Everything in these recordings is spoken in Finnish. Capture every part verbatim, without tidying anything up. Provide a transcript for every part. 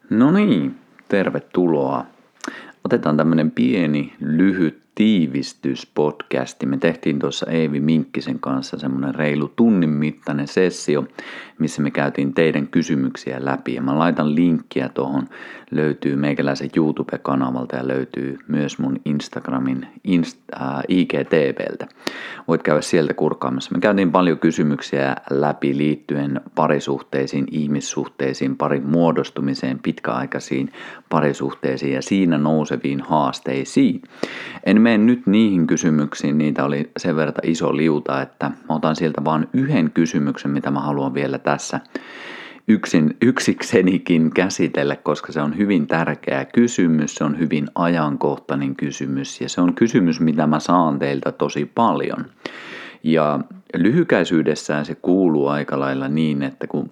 No niin, tervetuloa. Otetaan tämmönen pieni, lyhyt tiivistyspodcasti. Me tehtiin tuossa Eevi Minkkisen kanssa semmonen reilu tunnin mittainen sessio, missä me käytiin teidän kysymyksiä läpi. Ja mä laitan linkkiä tuohon, löytyy meikäläisen YouTube-kanavalta ja löytyy myös mun Instagramin Inst- äh, I G T V:ltä. Voit käydä sieltä kurkkaamassa. Me käytiin paljon kysymyksiä läpi liittyen parisuhteisiin, ihmissuhteisiin, parin muodostumiseen, pitkäaikaisiin parisuhteisiin ja siinä nouseviin haasteisiin. En mene nyt niihin kysymyksiin, niitä oli sen verran iso liuta, että mä otan sieltä vaan yhden kysymyksen, mitä mä haluan vielä tässä yksin, yksiksenikin käsitellä, koska se on hyvin tärkeä kysymys, se on hyvin ajankohtainen kysymys ja se on kysymys, mitä mä saan teiltä tosi paljon. Ja lyhykäisyydessään se kuuluu aika lailla niin, että kun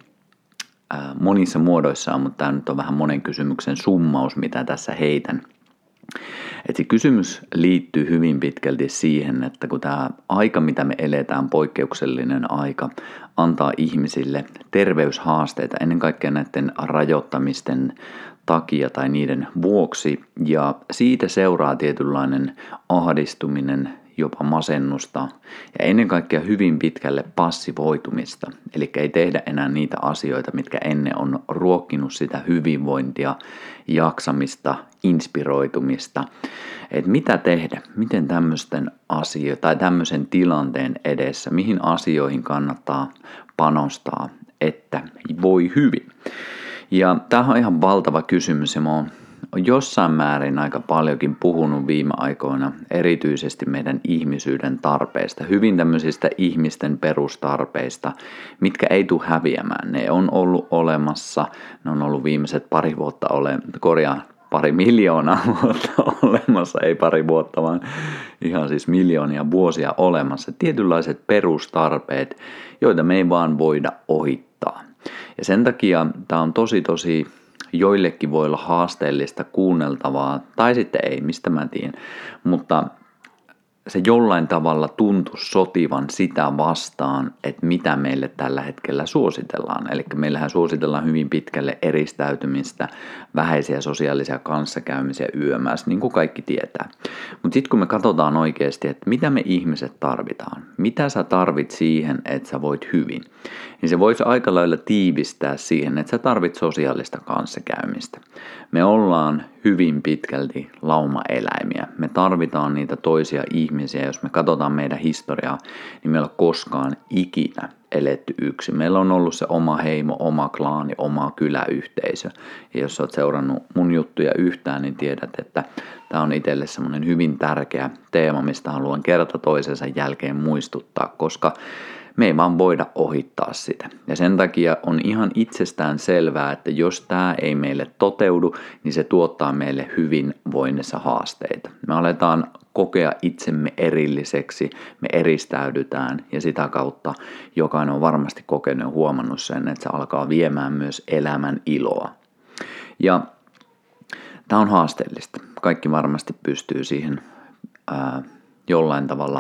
ää, monissa muodoissaan, mutta tämä nyt on vähän monen kysymyksen summaus, mitä tässä heitän. Et se kysymys liittyy hyvin pitkälti siihen, että kun tämä aika, mitä me eletään, poikkeuksellinen aika, antaa ihmisille terveyshaasteita ennen kaikkea näiden rajoittamisten takia tai niiden vuoksi, ja siitä seuraa tietynlainen ahdistuminen, jopa masennusta ja ennen kaikkea hyvin pitkälle passivoitumista. Eli ei tehdä enää niitä asioita, mitkä ennen on ruokkinut sitä hyvinvointia, jaksamista, inspiroitumista. Et mitä tehdä, miten tämmöisten asioiden tai tämmöisen tilanteen edessä, mihin asioihin kannattaa panostaa, että voi hyvin. Ja tämähän on ihan valtava kysymys ja mä oon jossain määrin aika paljonkin puhunut viime aikoina erityisesti meidän ihmisyyden tarpeista, hyvin tämmöisistä ihmisten perustarpeista, mitkä ei tule häviämään. Ne on ollut olemassa, ne on ollut viimeiset pari vuotta ole, korjaan, pari miljoonaa vuotta olemassa, ei pari vuotta, vaan ihan siis miljoonia vuosia olemassa. Tietynlaiset perustarpeet, joita me ei vaan voida ohittaa. Ja sen takia tämä on tosi tosi joillekin voi olla haasteellista kuunneltavaa, tai sitten ei, mistä mä tiedän, mutta se jollain tavalla tuntuu sotivan sitä vastaan, että mitä meille tällä hetkellä suositellaan. Eli meillähän suositellaan hyvin pitkälle eristäytymistä, vähäisiä sosiaalisia kanssakäymisiä yömässä, niin kuin kaikki tietää. Mutta sitten kun me katsotaan oikeasti, että mitä me ihmiset tarvitaan, mitä sä tarvit siihen, että sä voit hyvin, niin se voisi aika lailla tiivistää siihen, että sä tarvit sosiaalista kanssakäymistä. Me ollaan hyvin pitkälti laumaeläimiä. Me tarvitaan niitä toisia ihmisiä. Jos me katsotaan meidän historiaa, niin meillä on koskaan ikinä eletty yksin. Meillä on ollut se oma heimo, oma klaani, oma kyläyhteisö. Ja jos olet seurannut mun juttuja yhtään, niin tiedät, että tämä on itselle semmoinen hyvin tärkeä teema, mistä haluan kerta toisensa jälkeen muistuttaa, koska me ei vaan voida ohittaa sitä. Ja sen takia on ihan itsestään selvää, että jos tämä ei meille toteudu, niin se tuottaa meille hyvinvoinnissa haasteita. Me aletaan kokea itsemme erilliseksi, me eristäydytään ja sitä kautta jokainen on varmasti kokenut ja huomannut sen, että se alkaa viemään myös elämän iloa. Ja tämä on haasteellista. Kaikki varmasti pystyy siihen ää, jollain tavalla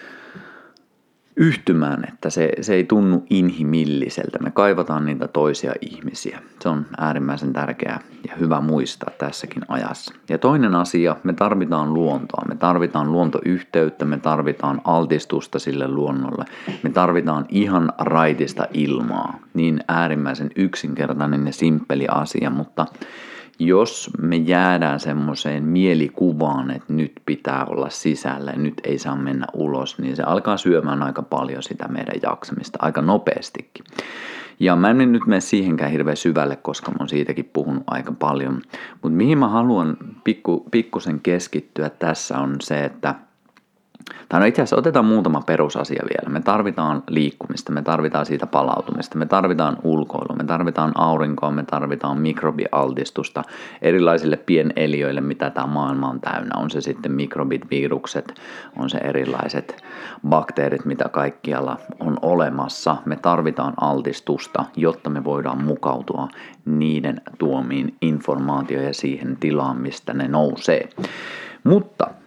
yhtymään, että se, se ei tunnu inhimilliseltä. Me kaivataan niitä toisia ihmisiä. Se on äärimmäisen tärkeää ja hyvä muistaa tässäkin ajassa. Ja toinen asia, me tarvitaan luontoa. Me tarvitaan luontoyhteyttä, me tarvitaan altistusta sille luonnolle. Me tarvitaan ihan raitista ilmaa. Niin äärimmäisen yksinkertainen ja simppeli asia, mutta jos me jäädään semmoiseen mielikuvaan, että nyt pitää olla sisällä ja nyt ei saa mennä ulos, niin se alkaa syömään aika paljon sitä meidän jaksamista, aika nopeastikin. Ja mä en nyt mene siihenkään hirveän syvälle, koska mä oon siitäkin puhunut aika paljon. Mutta mihin mä haluan pikku, pikkusen keskittyä tässä on se, että tai no itse asiassa otetaan muutama perusasia vielä. Me tarvitaan liikkumista, me tarvitaan siitä palautumista, me tarvitaan ulkoilua, me tarvitaan aurinkoa, me tarvitaan mikrobialtistusta erilaisille pieneliöille, mitä tämä maailma on täynnä. On se sitten mikrobit, virukset, on se erilaiset bakteerit, mitä kaikkialla on olemassa. Me tarvitaan altistusta, jotta me voidaan mukautua niiden tuomiin informaatioon ja siihen tilaan, mistä ne nousee. Mutta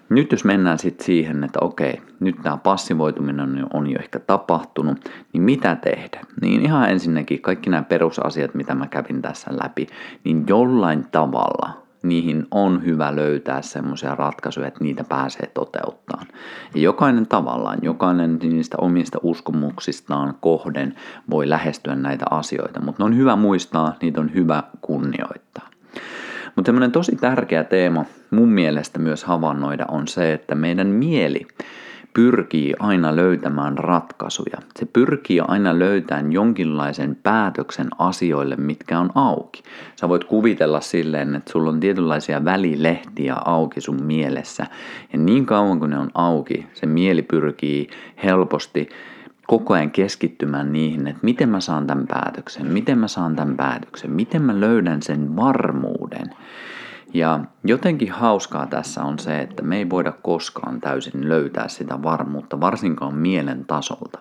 Nyt jos mennään sitten siihen, että okei, nyt tämä passivoituminen on jo ehkä tapahtunut, niin mitä tehdä? Niin ihan ensinnäkin kaikki nämä perusasiat, mitä mä kävin tässä läpi, niin jollain tavalla niihin on hyvä löytää semmoisia ratkaisuja, että niitä pääsee toteuttamaan. Ja jokainen tavallaan, jokainen niistä omista uskomuksistaan kohden voi lähestyä näitä asioita, mutta ne on hyvä muistaa, niitä on hyvä kunnioittaa. Mutta semmoinen tosi tärkeä teema mun mielestä myös havainnoida on se, että meidän mieli pyrkii aina löytämään ratkaisuja. Se pyrkii aina löytämään jonkinlaisen päätöksen asioille, mitkä on auki. Sä voit kuvitella silleen, että sulla on tietynlaisia välilehtiä auki sun mielessä. Ja niin kauan kun ne on auki, se mieli pyrkii helposti koko ajan keskittymään niihin, että miten mä saan tämän päätöksen, miten mä saan tämän päätöksen, miten mä löydän sen varmuuden. Ja jotenkin hauskaa tässä on se, että me ei voida koskaan täysin löytää sitä varmuutta, varsinkaan mielen tasolta.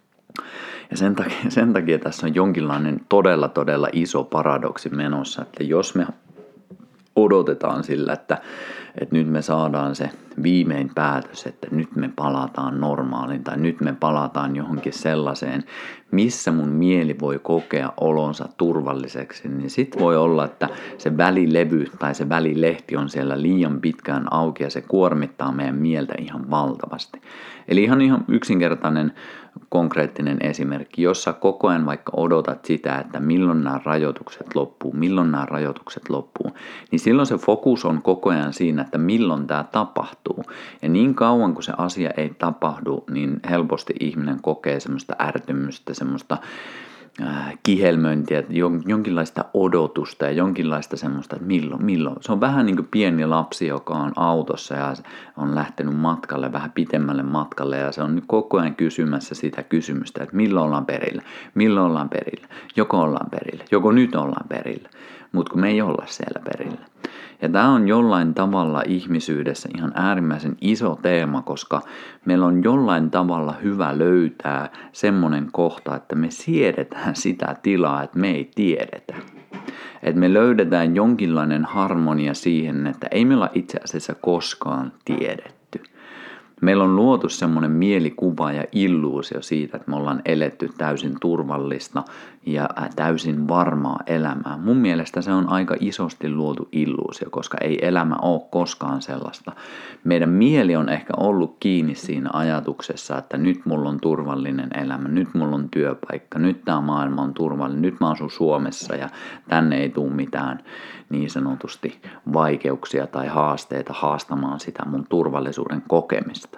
Ja sen takia, sen takia tässä on jonkinlainen todella todella iso paradoksi menossa, että jos me odotetaan sillä, että, että nyt me saadaan se viimein päätös, että nyt me palataan normaaliin tai nyt me palataan johonkin sellaiseen, missä mun mieli voi kokea olonsa turvalliseksi, niin sit voi olla, että se välilevy tai se välilehti on siellä liian pitkään auki ja se kuormittaa meidän mieltä ihan valtavasti. Eli ihan, ihan yksinkertainen konkreettinen esimerkki, jossa koko ajan vaikka odotat sitä, että milloin nämä rajoitukset loppuu, milloin nämä rajoitukset loppuu, niin silloin se fokus on koko ajan siinä, että milloin tämä tapahtuu. Ja niin kauan kuin se asia ei tapahdu, niin helposti ihminen kokee semmoista ärtymystä, semmoista äh, kihelmöintiä, jonkinlaista odotusta ja jonkinlaista semmoista, että milloin, milloin. Se on vähän niin kuin pieni lapsi, joka on autossa ja on lähtenyt matkalle, vähän pitemmälle matkalle ja se on koko ajan kysymässä sitä kysymystä, että milloin ollaan perillä, milloin ollaan perillä, joko ollaan perillä, joko nyt ollaan perillä, mutta kun me ei olla siellä perillä. Ja tämä on jollain tavalla ihmisyydessä ihan äärimmäisen iso teema, koska meillä on jollain tavalla hyvä löytää semmoinen kohta, että me siedetään sitä tilaa, että me ei tiedetä. Että me löydetään jonkinlainen harmonia siihen, että ei me olla itse asiassa koskaan tiedetty. Meillä on luotu semmoinen mielikuva ja illuusio siitä, että me ollaan eletty täysin turvallista ja täysin varmaa elämää. Mun mielestä se on aika isosti luotu illuusio, koska ei elämä ole koskaan sellaista. Meidän mieli on ehkä ollut kiinni siinä ajatuksessa, että nyt mulla on turvallinen elämä, nyt mulla on työpaikka, nyt tämä maailma on turvallinen, nyt mä asun Suomessa ja tänne ei tule mitään niin sanotusti vaikeuksia tai haasteita haastamaan sitä mun turvallisuuden kokemista.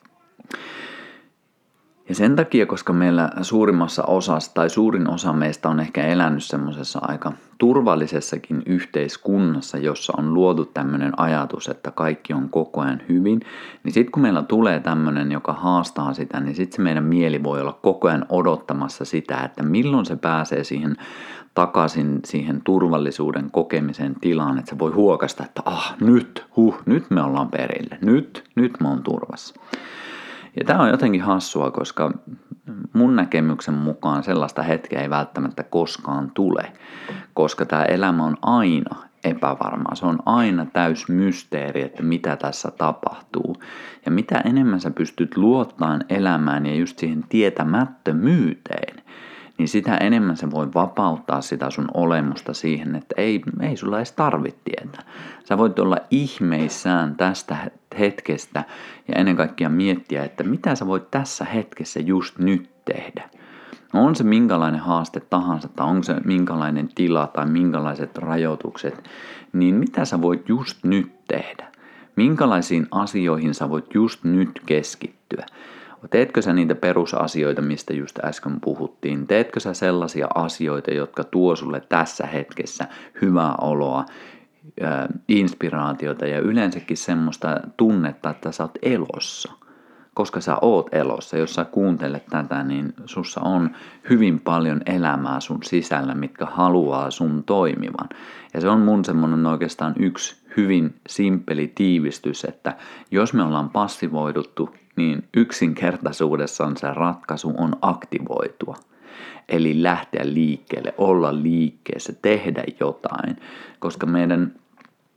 Ja sen takia, koska meillä suurimmassa osassa tai suurin osa meistä on ehkä elänyt semmoisessa aika turvallisessakin yhteiskunnassa, jossa on luotu tämmöinen ajatus, että kaikki on koko ajan hyvin, niin sitten kun meillä tulee tämmöinen, joka haastaa sitä, niin sitten se meidän mieli voi olla koko ajan odottamassa sitä, että milloin se pääsee siihen takaisin siihen turvallisuuden kokemisen tilaan, että se voi huokasta, että ah, nyt, huh, nyt me ollaan perille, nyt, nyt mä oon turvassa. Ja tämä on jotenkin hassua, koska mun näkemyksen mukaan sellaista hetkeä ei välttämättä koskaan tule, koska tämä elämä on aina epävarmaa. Se on aina täys mysteeri, että mitä tässä tapahtuu. Ja mitä enemmän sä pystyt luottamaan elämään ja just siihen tietämättömyyteen, niin sitä enemmän se voi vapauttaa sitä sun olemusta siihen, että ei, ei sulla edes tarvitse tietää. Sä voit olla ihmeissään tästä hetkestä ja ennen kaikkea miettiä, että mitä sä voit tässä hetkessä just nyt tehdä. On se minkälainen haaste tahansa tai on se minkälainen tila tai minkälaiset rajoitukset, niin mitä sä voit just nyt tehdä? Minkälaisiin asioihin sä voit just nyt keskittyä? Teetkö sä niitä perusasioita, mistä just äsken puhuttiin? Teetkö sä sellaisia asioita, jotka tuo sulle tässä hetkessä hyvää oloa, inspiraatiota ja yleensäkin semmoista tunnetta, että sä oot elossa? Koska sä oot elossa, jos sä kuuntelet tätä, niin sussa on hyvin paljon elämää sun sisällä, mitkä haluaa sun toimivan. Ja se on mun semmonen oikeastaan yksi hyvin simppeli tiivistys, että jos me ollaan passivoiduttu, niin yksinkertaisuudessaan se ratkaisu on aktivoitua. Eli lähteä liikkeelle, olla liikkeessä, tehdä jotain, koska meidän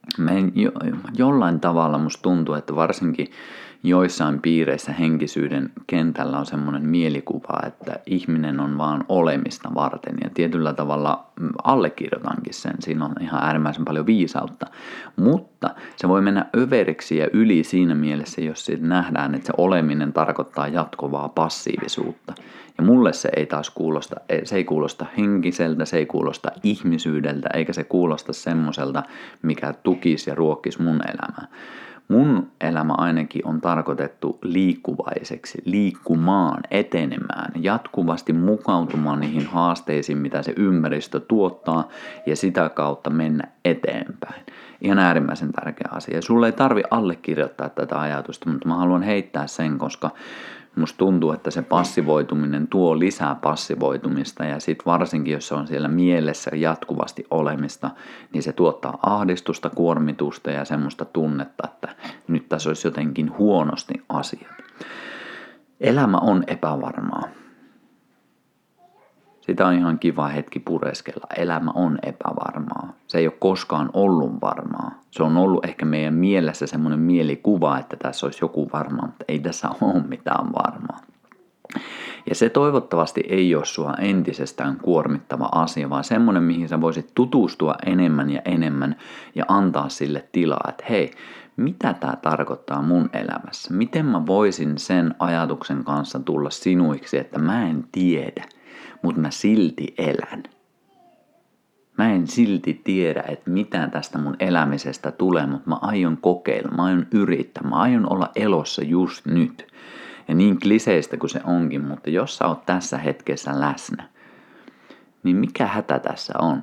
me jo, jollain tavalla musta tuntuu, että varsinkin joissain piireissä henkisyyden kentällä on semmoinen mielikuva, että ihminen on vaan olemista varten. Ja tietyllä tavalla allekirjoitankin sen. Siinä on ihan äärimmäisen paljon viisautta. Mutta se voi mennä överiksi ja yli siinä mielessä, jos siitä nähdään, että se oleminen tarkoittaa jatkuvaa passiivisuutta. Ja mulle se ei taas kuulosta, se ei kuulosta henkiseltä, se ei kuulosta ihmisyydeltä, eikä se kuulosta semmoiselta, mikä tukisi ja ruokkisi mun elämää. Mun elämä ainakin on tarkoitettu liikkuvaiseksi, liikkumaan, etenemään, jatkuvasti mukautumaan niihin haasteisiin, mitä se ympäristö tuottaa, ja sitä kautta mennä eteenpäin. Ihan äärimmäisen tärkeä asia. Sulle ei tarvi allekirjoittaa tätä ajatusta, mutta mä haluan heittää sen, koska musta tuntuu, että se passivoituminen tuo lisää passivoitumista, ja sit varsinkin, jos se on siellä mielessä jatkuvasti olemista, niin se tuottaa ahdistusta, kuormitusta ja semmoista tunnetta, että nyt tässä olisi jotenkin huonosti asiat. Elämä on epävarmaa. Sitä on ihan kiva hetki pureskella. Elämä on epävarmaa. Se ei ole koskaan ollut varmaa. Se on ollut ehkä meidän mielessä semmoinen mielikuva, että tässä olisi joku varmaa, mutta ei tässä ole mitään varmaa. Ja se toivottavasti ei ole sua entisestään kuormittava asia, vaan semmoinen, mihin sä voisit tutustua enemmän ja enemmän ja antaa sille tilaa, että hei, mitä tämä tarkoittaa mun elämässä? Miten mä voisin sen ajatuksen kanssa tulla sinuiksi, että mä en tiedä, mutta mä silti elän. Mä en silti tiedä, että mitä tästä mun elämisestä tulee, mutta mä aion kokeilla, mä aion yrittää, mä aion olla elossa just nyt. Ja niin kliseistä kuin se onkin, mutta jos sä oot tässä hetkessä läsnä, niin mikä hätä tässä on?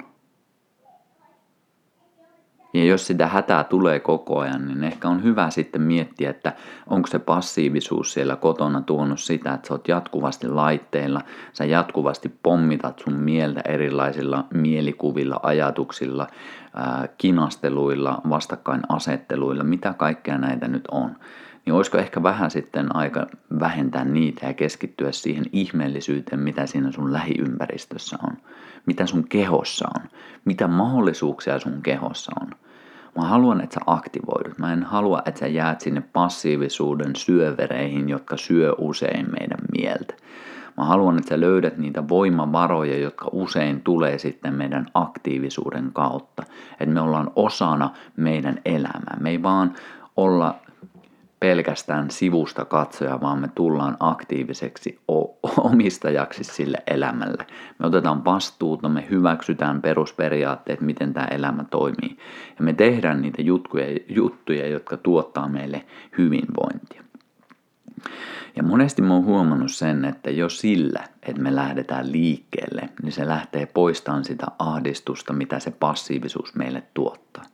Ja jos sitä hätää tulee koko ajan, niin ehkä on hyvä sitten miettiä, että onko se passiivisuus siellä kotona tuonut sitä, että sä oot jatkuvasti laitteilla, sä jatkuvasti pommitat sun mieltä erilaisilla mielikuvilla, ajatuksilla, ää, kinasteluilla, vastakkainasetteluilla, mitä kaikkea näitä nyt on. Niin olisiko ehkä vähän sitten aika vähentää niitä ja keskittyä siihen ihmeellisyyteen, mitä siinä sun lähiympäristössä on, mitä sun kehossa on, mitä mahdollisuuksia sun kehossa on. Mä haluan, että sä aktivoidut. Mä en halua, että sä jäät sinne passiivisuuden syövereihin, jotka syö usein meidän mieltä. Mä haluan, että sä löydät niitä voimavaroja, jotka usein tulee sitten meidän aktiivisuuden kautta. Että me ollaan osana meidän elämää. Me ei vaan olla pelkästään sivusta katsoja, vaan me tullaan aktiiviseksi omistajaksi sille elämälle. Me otetaan vastuuta, me hyväksytään perusperiaatteet, miten tämä elämä toimii. Ja me tehdään niitä juttuja, juttuja, jotka tuottaa meille hyvinvointia. Ja monesti mä oon huomannut sen, että jo sillä, että me lähdetään liikkeelle, niin se lähtee poistamaan sitä ahdistusta, mitä se passiivisuus meille tuottaa.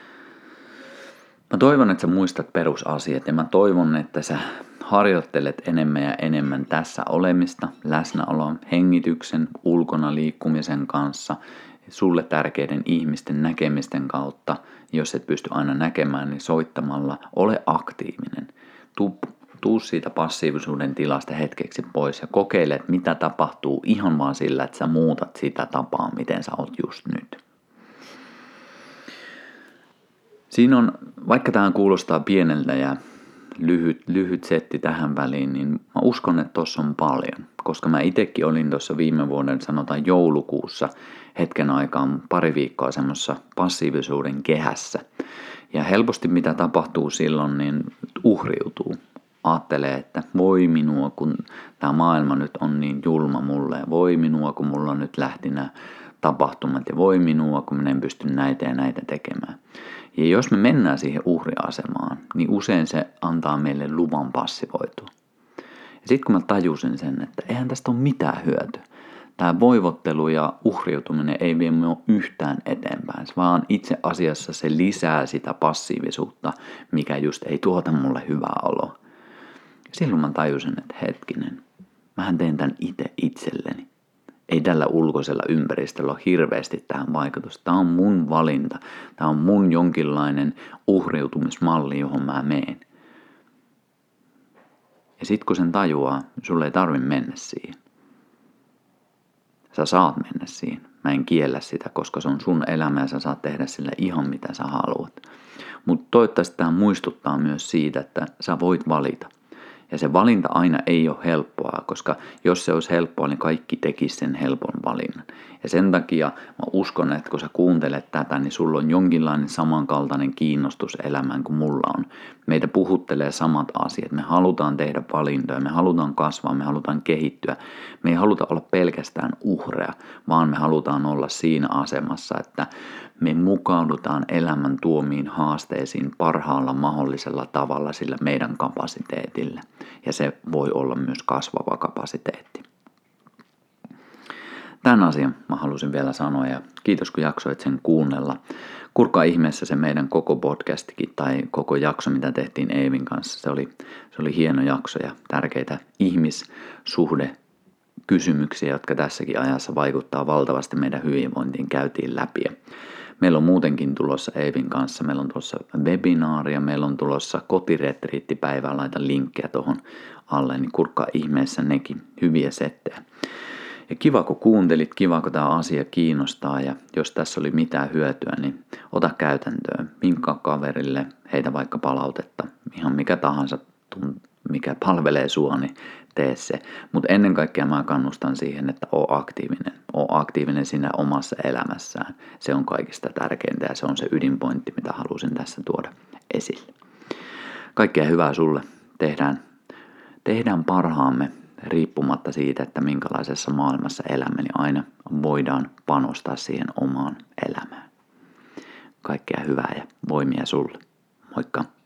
Mä toivon, että sä muistat perusasiat ja mä toivon, että sä harjoittelet enemmän ja enemmän tässä olemista, läsnäoloa, hengityksen, ulkona liikkumisen kanssa, sulle tärkeiden ihmisten näkemisten kautta. Jos et pysty aina näkemään, niin soittamalla ole aktiivinen. Tuu, tuu siitä passiivisuuden tilasta hetkeksi pois ja kokeile, että mitä tapahtuu ihan vaan sillä, että sä muutat sitä tapaa, miten sä oot just nyt. Siinä on, vaikka tähän kuulostaa pieneltä ja lyhyt, lyhyt setti tähän väliin, niin mä uskon, että tossa on paljon. Koska mä itekin olin tuossa viime vuoden, sanotaan joulukuussa, hetken aikaa pari viikkoa semmoisessa passiivisuuden kehässä. Ja helposti mitä tapahtuu silloin, niin uhriutuu. Aattelee, että voi minua, kun tämä maailma nyt on niin julma mulle. Ja voi minua, kun mulla on nyt lähti nämä tapahtumat. Ja voi minua, kun minä en pysty näitä ja näitä tekemään. Ja jos me mennään siihen uhriasemaan, niin usein se antaa meille luvan passivoitua. Ja sitten kun mä tajusin sen, että eihän tästä ole mitään hyötyä. Tämä voivottelu ja uhriutuminen ei vie minua yhtään eteenpäin, vaan itse asiassa se lisää sitä passiivisuutta, mikä just ei tuota mulle hyvää oloa. Silloin mä tajusin, että hetkinen, mähän teen tämän itse itselleni. Ei tällä ulkoisella ympäristöllä ole hirveästi tähän vaikutusta. Tämä on mun valinta. Tämä on mun jonkinlainen uhriutumismalli, johon mä meen. Ja sit kun sen tajuaa, sulle ei tarvitse mennä siihen. Sä saat mennä siihen. Mä en kiellä sitä, koska se on sun elämä ja sä saat tehdä sillä ihan mitä sä haluat. Mutta toivottavasti tämä muistuttaa myös siitä, että sä voit valita. Ja se valinta aina ei ole helppoa, koska jos se olisi helppoa, niin kaikki tekisivät sen helpon valinnan. Ja sen takia mä uskon, että kun sä kuuntelet tätä, niin sulla on jonkinlainen samankaltainen kiinnostus elämään kuin mulla on. Meitä puhuttelee samat asiat. Me halutaan tehdä valintoja, me halutaan kasvaa, me halutaan kehittyä. Me ei haluta olla pelkästään uhreja, vaan me halutaan olla siinä asemassa, että me mukaudutaan elämän tuomiin haasteisiin parhaalla mahdollisella tavalla sillä meidän kapasiteetillä. Ja se voi olla myös kasvava kapasiteetti. Tämän asian mä halusin vielä sanoa ja kiitos kun jaksoit sen kuunnella. Kurkaa ihmeessä se meidän koko podcastikin tai koko jakso mitä tehtiin Eevin kanssa. Se oli, se oli hieno jakso ja tärkeitä ihmissuhde kysymyksiä, jotka tässäkin ajassa vaikuttaa valtavasti meidän hyvinvointiin käytiin läpi. Meillä on muutenkin tulossa Eevin kanssa, meillä on tulossa webinaaria, meillä on tulossa kotiretriittipäivää, laitan linkkejä tuohon alle, niin kurkkaa ihmeessä nekin, hyviä settejä. Ja kiva kun kuuntelit, kiva kun tämä asia kiinnostaa ja jos tässä oli mitään hyötyä, niin ota käytäntöön, minkä kaverille, heitä vaikka palautetta, ihan mikä tahansa, mikä palvelee sua, niin tee se. Mutta ennen kaikkea mä kannustan siihen, että oo aktiivinen. Oo aktiivinen siinä omassa elämässään. Se on kaikista tärkeintä ja se on se ydinpointti, mitä halusin tässä tuoda esille. Kaikkea hyvää sulle. Tehdään, tehdään parhaamme riippumatta siitä, että minkälaisessa maailmassa elämme, niin aina voidaan panostaa siihen omaan elämään. Kaikkea hyvää ja voimia sulle. Moikka!